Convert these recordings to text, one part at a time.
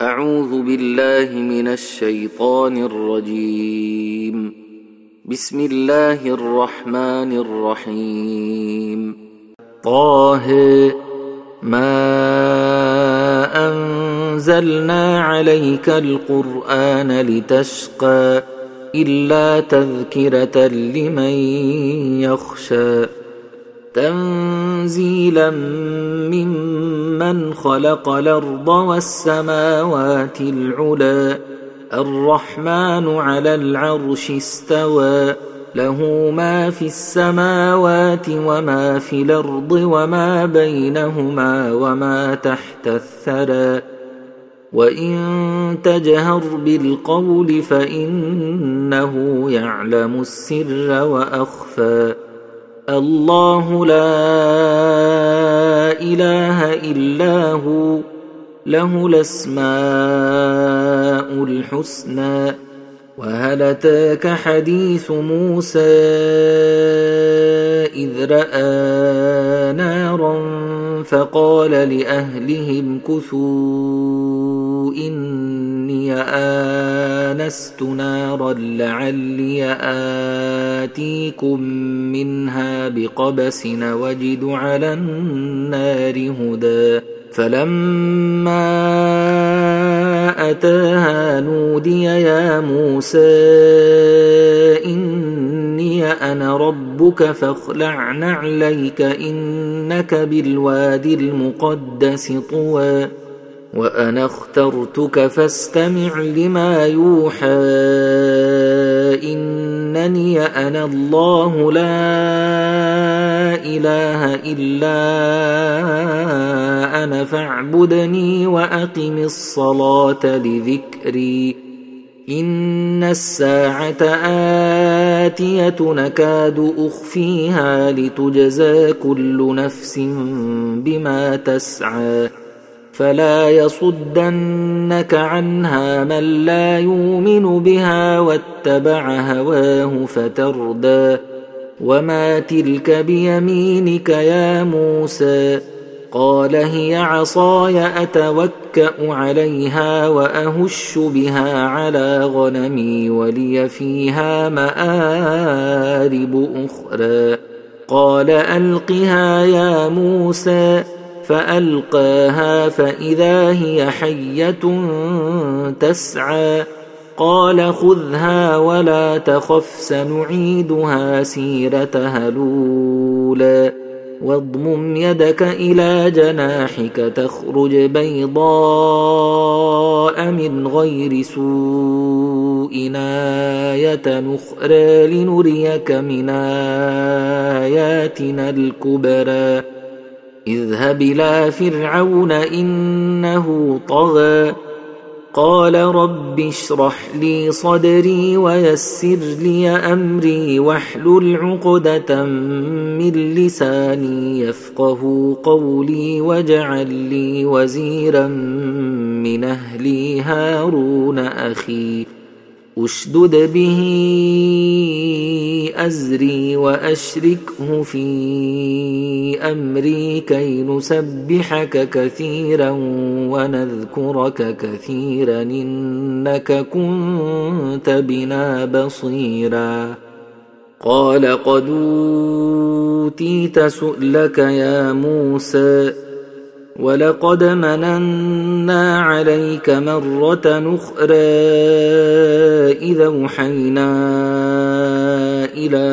أعوذ بالله من الشيطان الرجيم. بسم الله الرحمن الرحيم. طه ما أنزلنا عليك القرآن لتشقى إلا تذكرة لمن يخشى تنزيلا ممن خلق الأرض والسماوات العلى الرحمن على العرش استوى له ما في السماوات وما في الأرض وما بينهما وما تحت الثرى وإن تجهر بالقول فإنه يعلم السر وأخفى الله لا إله إلا هو له الأسماء الحسنى. وهل أتاك حديث موسى إذ رأى نارا فقال لأهلهم كثوا إني آنست نارا لعلي آتيكم منها بقبس وجد على النار هدى فلما أتاها نودي يا موسى إني أنا ربك فاخلع نعليك إنك بالوادي المقدس طوى وأنا اخترتك فاستمع لما يوحى إنني أنا الله لا إله إلا أنا فاعبدني وأقم الصلاة لذكري إن الساعة آتية نكاد أخفيها لتجزى كل نفس بما تسعى فلا يصدنك عنها من لا يؤمن بها واتبع هواه فتردى وما تلك بيمينك يا موسى قال هي عصاي أتوكأ عليها وأهش بها على غنمي ولي فيها مآرب أخرى قال ألقها يا موسى فألقاها فإذا هي حية تسعى قال خذها ولا تخف سنعيدها سيرتها الأولى واضمم يدك إلى جناحك تخرج بيضاء من غير سوء آية أخرى لنريك من آياتنا الكبرى اذهب إلى فرعون إنه طغى قال رب اشرح لي صدري ويسر لي أمري واحلل عقدة من لساني يفقه قولي واجعل لي وزيرا من أهلي هارون أخي أشدد به أزري وأشركه في أمري كي نسبحك كثيرا ونذكرك كثيرا إنك كنت بنا بصيرا قال قد أوتيت سؤلك يا موسى ولقد مننا عليك مرة أخرى إذا أوحينا إلى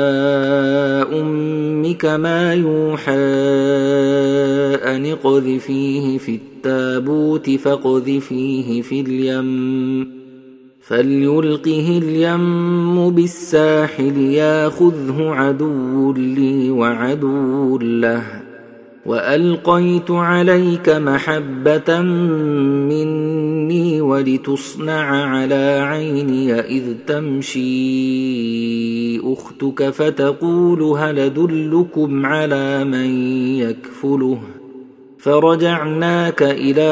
أمك ما يوحى أن اقذفيه في التابوت فاقذفيه في اليم فليلقه اليم بالساحل ياخذه عدو لي وعدو له وألقيت عليك محبة مني ولتصنع على عيني إذ تمشي أختك فتقول هل أدلكم على من يكفله فرجعناك إلى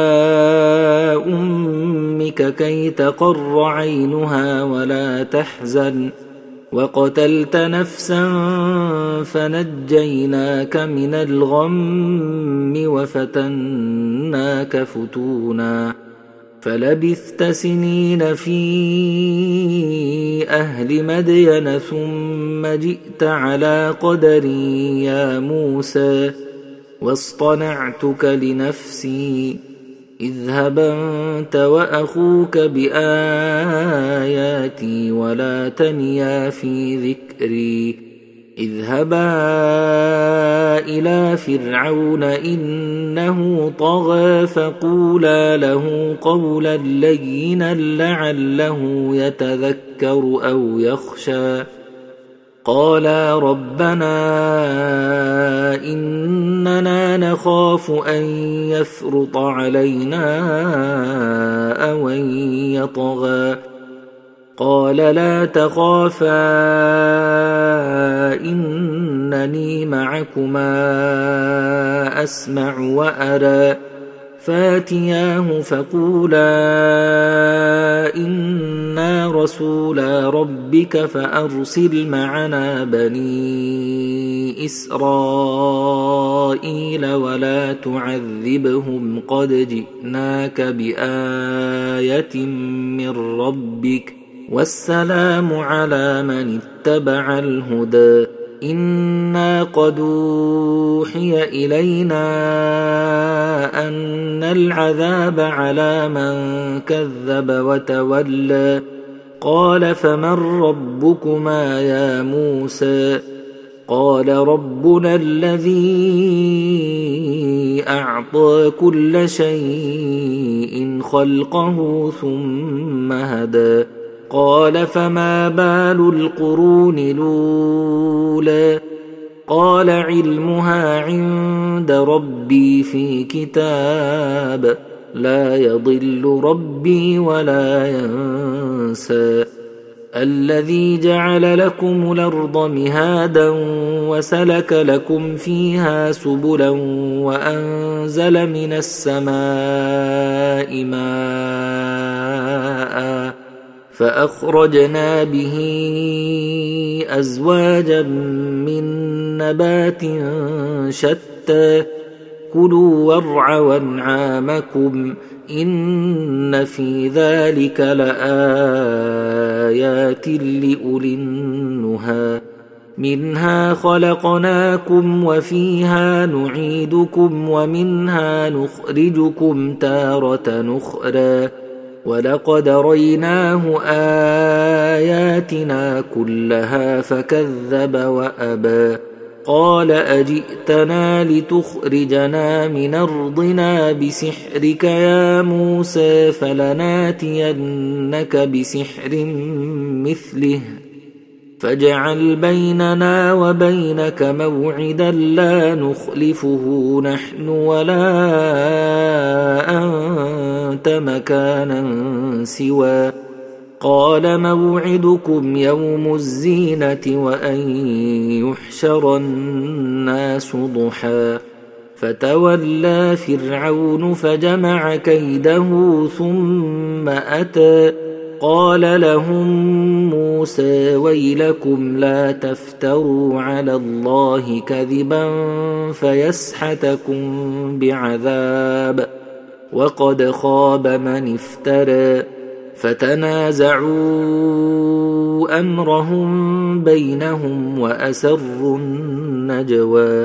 أمك كي تقر عينها ولا تحزن وقتلت نفسا فنجيناك من الغم وفتناك فتونا فلبثت سنين في أهل مدين ثم جئت على قدري يا موسى واصطنعتك لنفسي اذهب أنت وأخوك بآياتي ولا تنيا في ذكري اذهبا إلى فرعون إنه طغى فقولا له قولا لينا لعله يتذكر أو يخشى قالا ربنا إننا نخاف أن يفرط علينا أو أن يطغى قال لا تخافا إنني معكما أسمع وأرى فاتياه فقولا إنا رسولا ربك فأرسل معنا بني إسرائيل ولا تعذبهم قد جئناك بآية من ربك والسلام على من اتبع الهدى إنا قد أوحي إلينا أن العذاب على من كذب وتولى قال فمن ربكما يا موسى قال ربنا الذي أعطى كل شيء خلقه ثم هدى قال فما بال القرون الأولى قال علمها عند ربي في كتاب لا يضل ربي ولا ينسى الذي جعل لكم الأرض مهادا وسلك لكم فيها سبلا وأنزل من السماء ماء فأخرجنا به أزواجا من نبات شتى كلوا وارعوا أنعامكم إن في ذلك لآيات لأولي النهى منها خلقناكم وفيها نعيدكم ومنها نخرجكم تارة أخرى ولقد ريناه آياتنا كلها فكذب وأبى قال أجئتنا لتخرجنا من أرضنا بسحرك يا موسى فلناتينك بسحر مثله فاجعل بيننا وبينك موعدا لا نخلفه نحن ولا أنت مكانا سوى قال موعدكم يوم الزينة وأن يحشر الناس ضحى فتولى فرعون فجمع كيده ثم أتى قال لهم موسى ويلكم لا تفتروا على الله كذبا فيسحتكم بعذاب وقد خاب من افترى فتنازعوا أمرهم بينهم وأسروا النجوى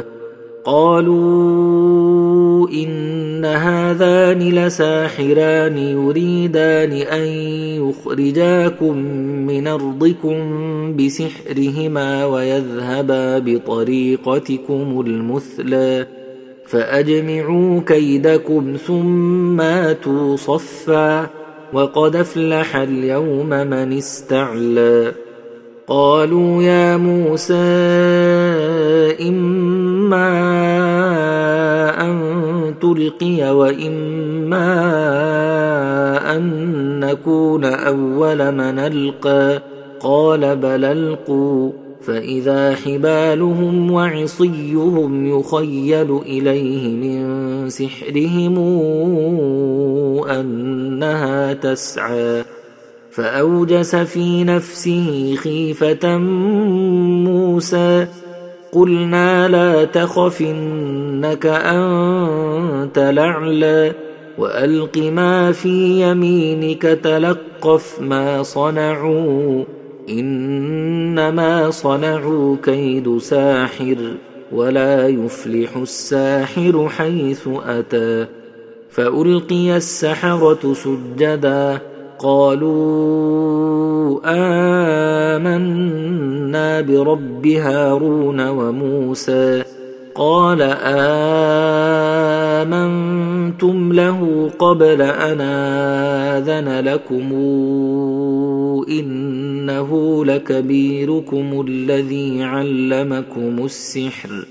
قالوا إن هذان لساحران يريدان أن يخرجاكم من أرضكم بسحرهما ويذهبا بطريقتكم المثلى فأجمعوا كيدكم ثم آتوا صفا وقد أفلح اليوم من استعلى قالوا يا موسى إما أن تلقي وإما أن نكون أول من ألقى قال بل ألقوا فإذا حبالهم وعصيهم يخيل إليه من سحرهم أنها تسعى فأوجس في نفسه خيفة موسى قلنا لا تخف إنك أنت الأعلى وألق ما في يمينك تلقف ما صنعوا إنما صنعوا كيد ساحر ولا يفلح الساحر حيث أتى فألقي السحرة سجدا قالوا آمنا برب هارون وموسى قال آمنتم له قبل أن آذن لكم إنه لكبيركم الذي علمكم السحر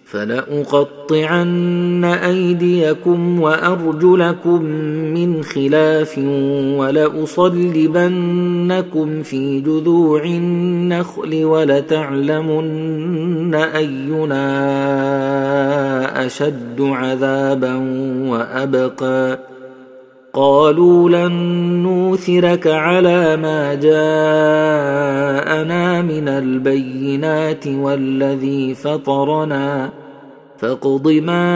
فلأقطعن أيديكم وأرجلكم من خلاف ولأصلبنكم في جذوع النخل ولتعلمن أينا أشد عذابا وأبقى قالوا لن نوثرك على ما جاءنا من البينات والذي فطرنا فاقض ما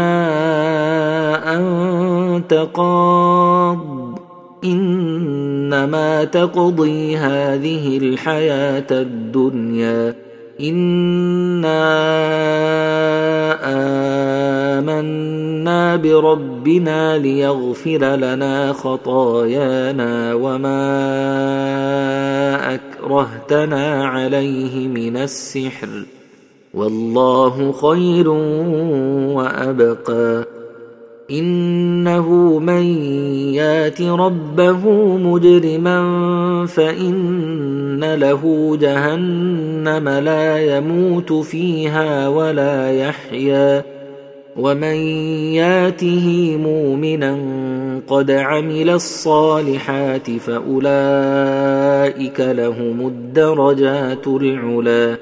أنت قاض إنما تقضي هذه الحياة الدنيا إنا آمنا بربنا ليغفر لنا خطايانا وما أكرهتنا عليه من السحر والله خير وأبقى إنه من يات ربه مجرما فإن له جهنم لا يموت فيها ولا يحيا ومن ياته مؤمنا قد عمل الصالحات فأولئك لهم الدرجات العلى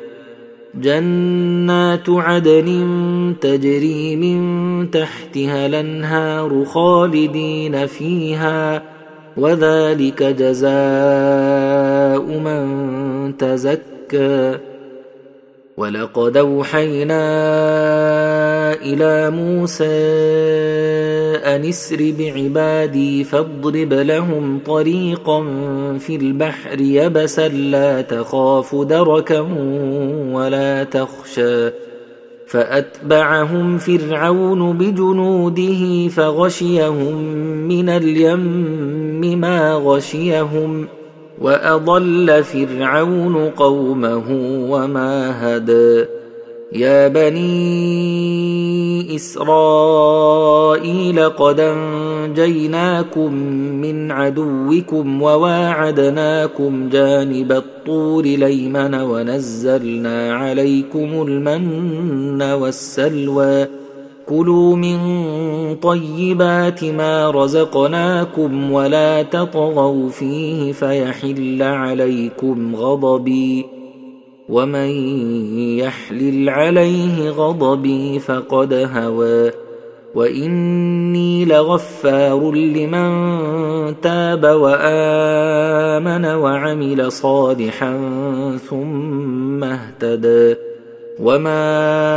جنات عدن تجري من تحتها الأنهار خالدين فيها وذلك جزاء من تزكى ولقد أوحينا إلى موسى أن اسر بعبادي فاضرب لهم طريقا في البحر يبسا لا تخاف دركا ولا تخشى فأتبعهم فرعون بجنوده فغشيهم من اليم ما غشيهم وأضل فرعون قومه وما هدى يا بني إسرائيل قد أنجيناكم من عدوكم وواعدناكم جانب الطور الأيمن ونزلنا عليكم المن والسلوى كلوا من طيبات ما رزقناكم ولا تطغوا فيه فيحل عليكم غضبي ومن يحلل عليه غضبي فقد هوى وإني لغفار لمن تاب وآمن وعمل صالحا ثم اهتدى وما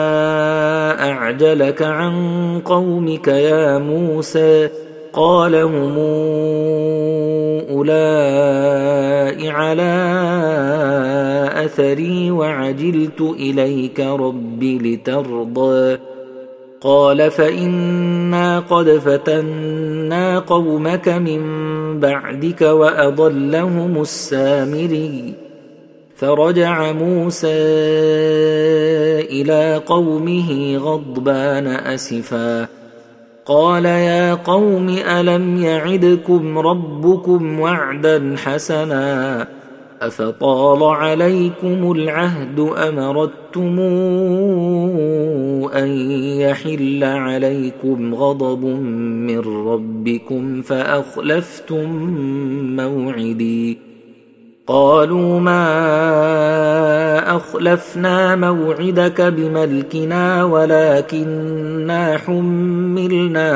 أعجلك عن قومك يا موسى قال هم أولئك على أثري وعجلت إليك رب لترضى قال فإنا قد فتنا قومك من بعدك وأضلهم السامري فرجع موسى إلى قومه غضبان أسفا قال يا قوم ألم يعدكم ربكم وعدا حسنا أفطال عليكم العهد أم أردتم أن يحل عليكم غضب من ربكم فأخلفتم موعدي قالوا ما أخلفنا موعدك بملكنا ولكننا حملنا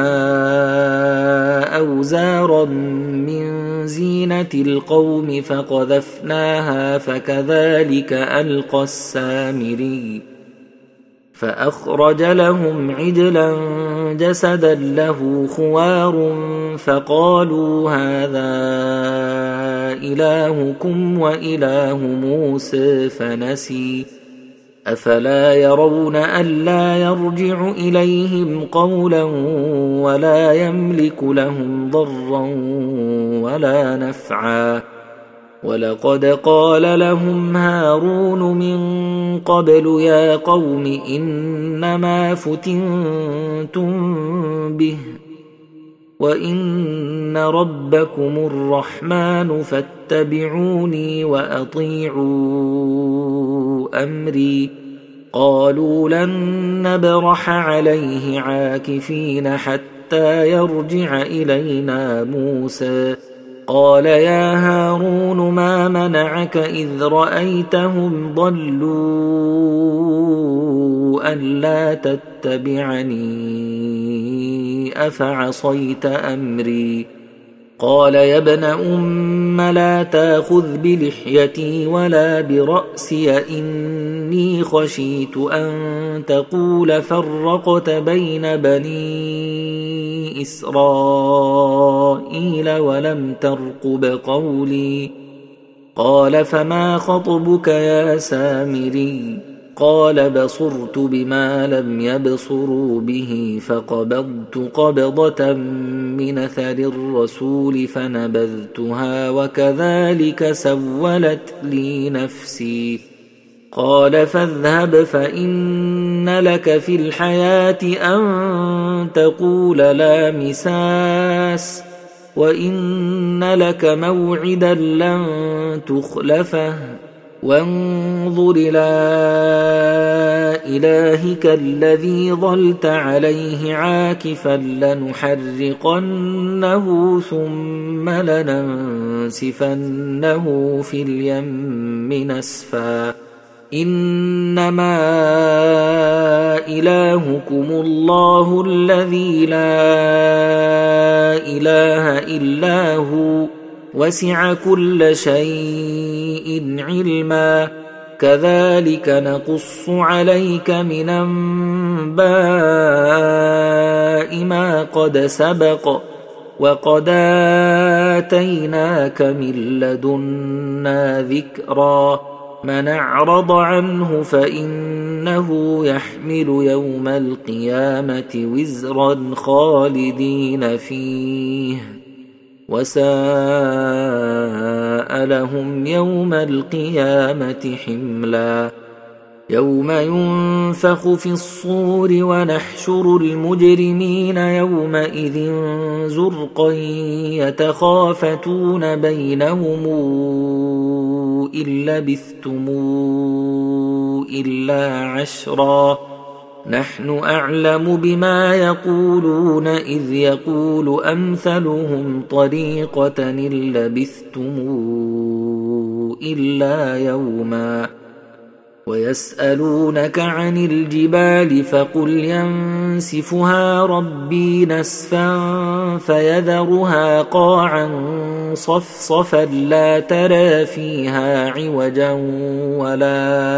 أوزارا من زينة القوم فقذفناها فكذلك ألقى السامري فأخرج لهم عجلا جسدا له خوار فقالوا هذا إلهكم وإله موسى فنسي أفلا يرون ألا يرجع إليهم قولا ولا يملك لهم ضرا ولا نفعا ولقد قال لهم هارون من قبل يا قوم إنما فتنتم به وإن ربكم الرحمن فاتبعوني وأطيعوا أمري قالوا لن نبرح عليه عاكفين حتى يرجع إلينا موسى قال يا هارون ما منعك إذ رأيتهم ضلوا ألا تتبعني أفعصيت أمري قال يا ابن أم لا تأخذ بلحيتي ولا برأسي إني خشيت أن تقول فرقت بين بني إسرائيل ولم ترقب قولي قال فما خطبك يا سامري قال بصرت بما لم يبصروا به فقبضت قبضة من أثر الرسول فنبذتها وكذلك سولت لي نفسي قال فاذهب فإن لك في الحياة أن تقول لا مساس وإن لك موعدا لن تخلفه وانظر إلى إلهك الذي ظلت عليه عاكفا لنحرقنه ثم لننسفنه في اليم نسفا إنما إلهكم الله الذي لا إله إلا هو وسع كل شيء علما كذلك نقص عليك من أنباء ما قد سبق وقد آتيناك من لدنا ذكرا من أعرض عنه فإنه يحمل يوم القيامة وزرا خالدين فيه وساء لهم يوم القيامة حملا يوم ينفخ في الصور ونحشر المجرمين يومئذ زرقا يتخافتون بينهم إن لبثتم إلا عشرا نحن أعلم بما يقولون إذ يقول أمثلهم طريقة إن لبثتم إلا يوما ويسألونك عن الجبال فقل ينسفها ربي نسفا فيذرها قاعا صفصفا لا ترى فيها عوجا ولا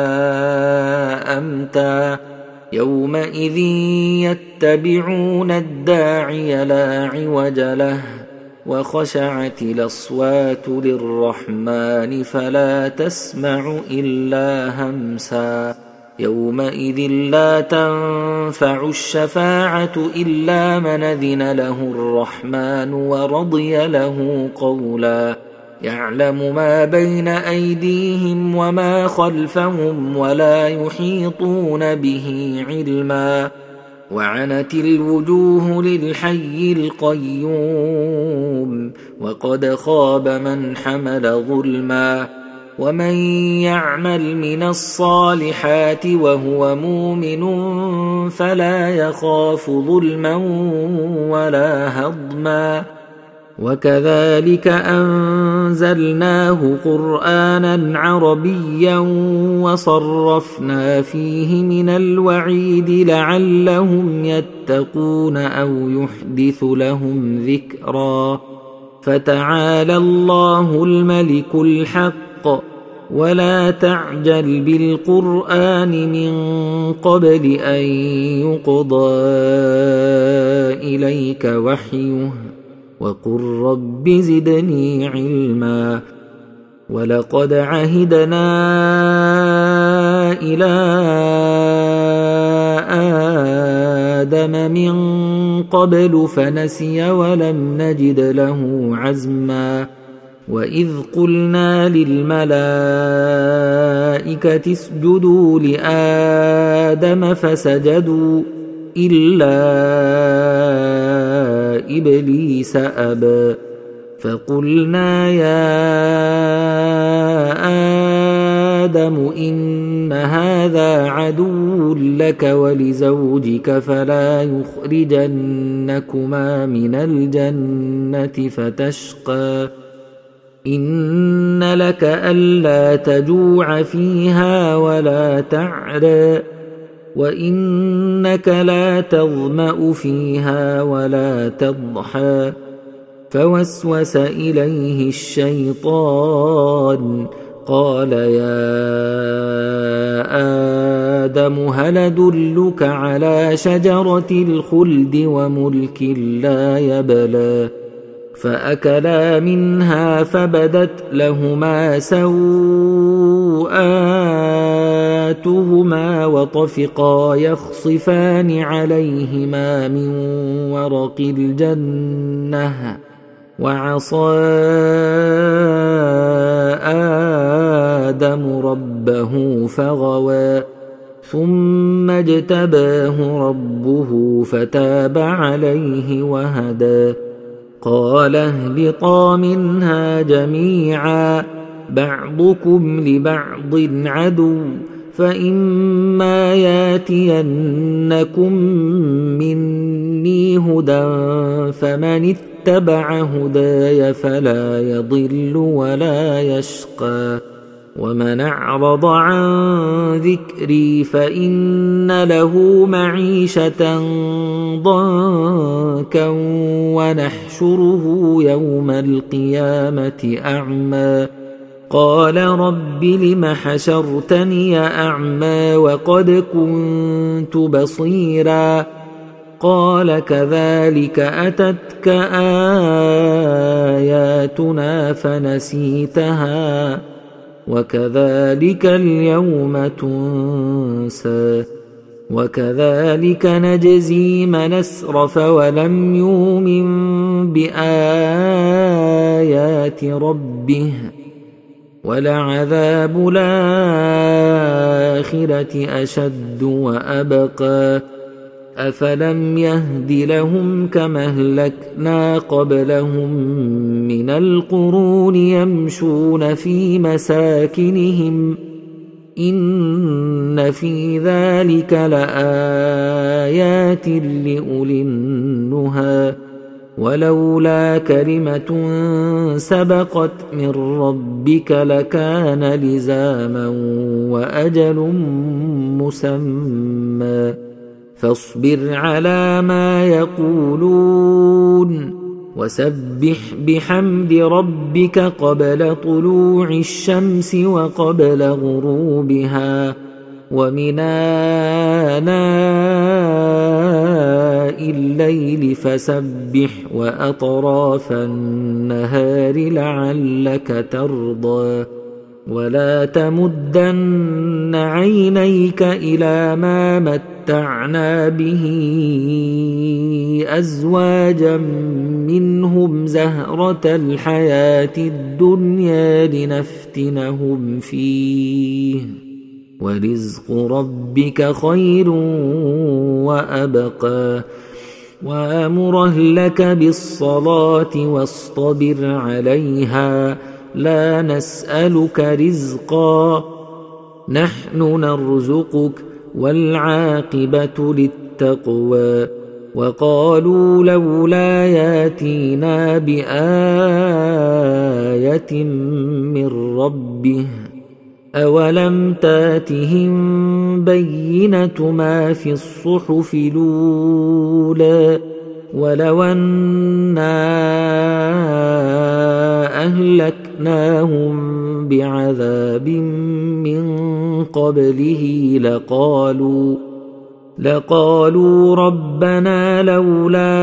أمتا يومئذ يتبعون الداعي لا عوج له وخشعت الأصوات للرحمن فلا تسمع إلا همسا يومئذ لا تنفع الشفاعة إلا من أذن له الرحمن ورضي له قولا يعلم ما بين أيديهم وما خلفهم ولا يحيطون به علما وعنت الوجوه للحي القيوم وقد خاب من حمل ظلما ومن يعمل من الصالحات وهو مؤمن فلا يخاف ظلما ولا هضما وكذلك أنزلناه قرآنا عربيا وصرفنا فيه من الوعيد لعلهم يتقون أو يحدث لهم ذكرا فتعالى الله الملك الحق ولا تعجل بالقرآن من قبل أن يقضى إليك وحيه وقل رب زدني علما ولقد عهدنا إلى آدم من قبل فنسي ولم نجد له عزما وإذ قلنا للملائكة اسجدوا لآدم فسجدوا إلا إبليس أبى فقلنا يا آدم إن هذا عدو لك ولزوجك فلا يخرجنكما من الجنة فتشقى إن لك ألا تجوع فيها ولا تعرى وإنك لا تظمأ فيها ولا تضحى فوسوس إليه الشيطان قال يا آدم هل أدلك على شجرة الخلد وملك لا يبلى فأكلا منها فبدت لهما سوءاتهما وطفقا يخصفان عليهما من ورق الجنة وعصى آدم ربه فغوى ثم اجتباه ربه فتاب عليه وهدى قال اهبطا منها جميعا بعضكم لبعض عدو فإما ياتينكم مني هدى فمن اتبع هداي فلا يضل ولا يشقى ومن أعرض عن ذكري فإن له معيشة ضنكا ونحشره يوم القيامة أعمى قال رب لم حشرتني أعمى وقد كنت بصيرا قال كذلك أتتك آياتنا فنسيتها وكذلك اليوم تنسى وكذلك نجزي من أسرف ولم يؤمن بآيات ربه ولعذاب الآخرة أشد وأبقى أفلم يهد لهم كما أهلكنا قبلهم من القرون يمشون في مساكنهم إن في ذلك لآيات لأولي النهى ولولا كلمة سبقت من ربك لكان لزاما وأجل مسمى فاصبر على ما يقولون وسبح بحمد ربك قبل طلوع الشمس وقبل غروبها ومن آناء الليل فسبح وأطراف النهار لعلك ترضى ولا تمدن عينيك إلى ما متعنا به أزواجا منهم زهرة الحياة الدنيا لنفتنهم فيه ورزق ربك خير وأبقى وأمر أهلك بالصلاة واصطبر عليها لا نسألك رزقا نحن نرزقك والعاقبة للتقوى وقالوا لولا ياتينا بآية من ربه أولم تاتهم بينة ما في الصحف الأولى ولو أنا أهلكناهم أهلكناهم بعذاب من قبله لقالوا ربنا لولا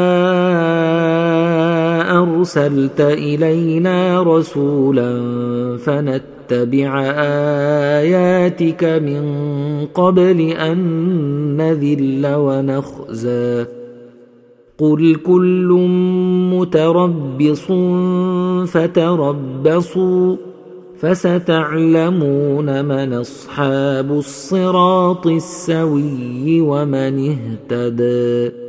أرسلت إلينا رسولا فنتبع آياتك من قبل أن نذل ونخزى قل كل متربص فتربصوا فستعلمون من أصحاب الصراط السوي ومن اهتدى.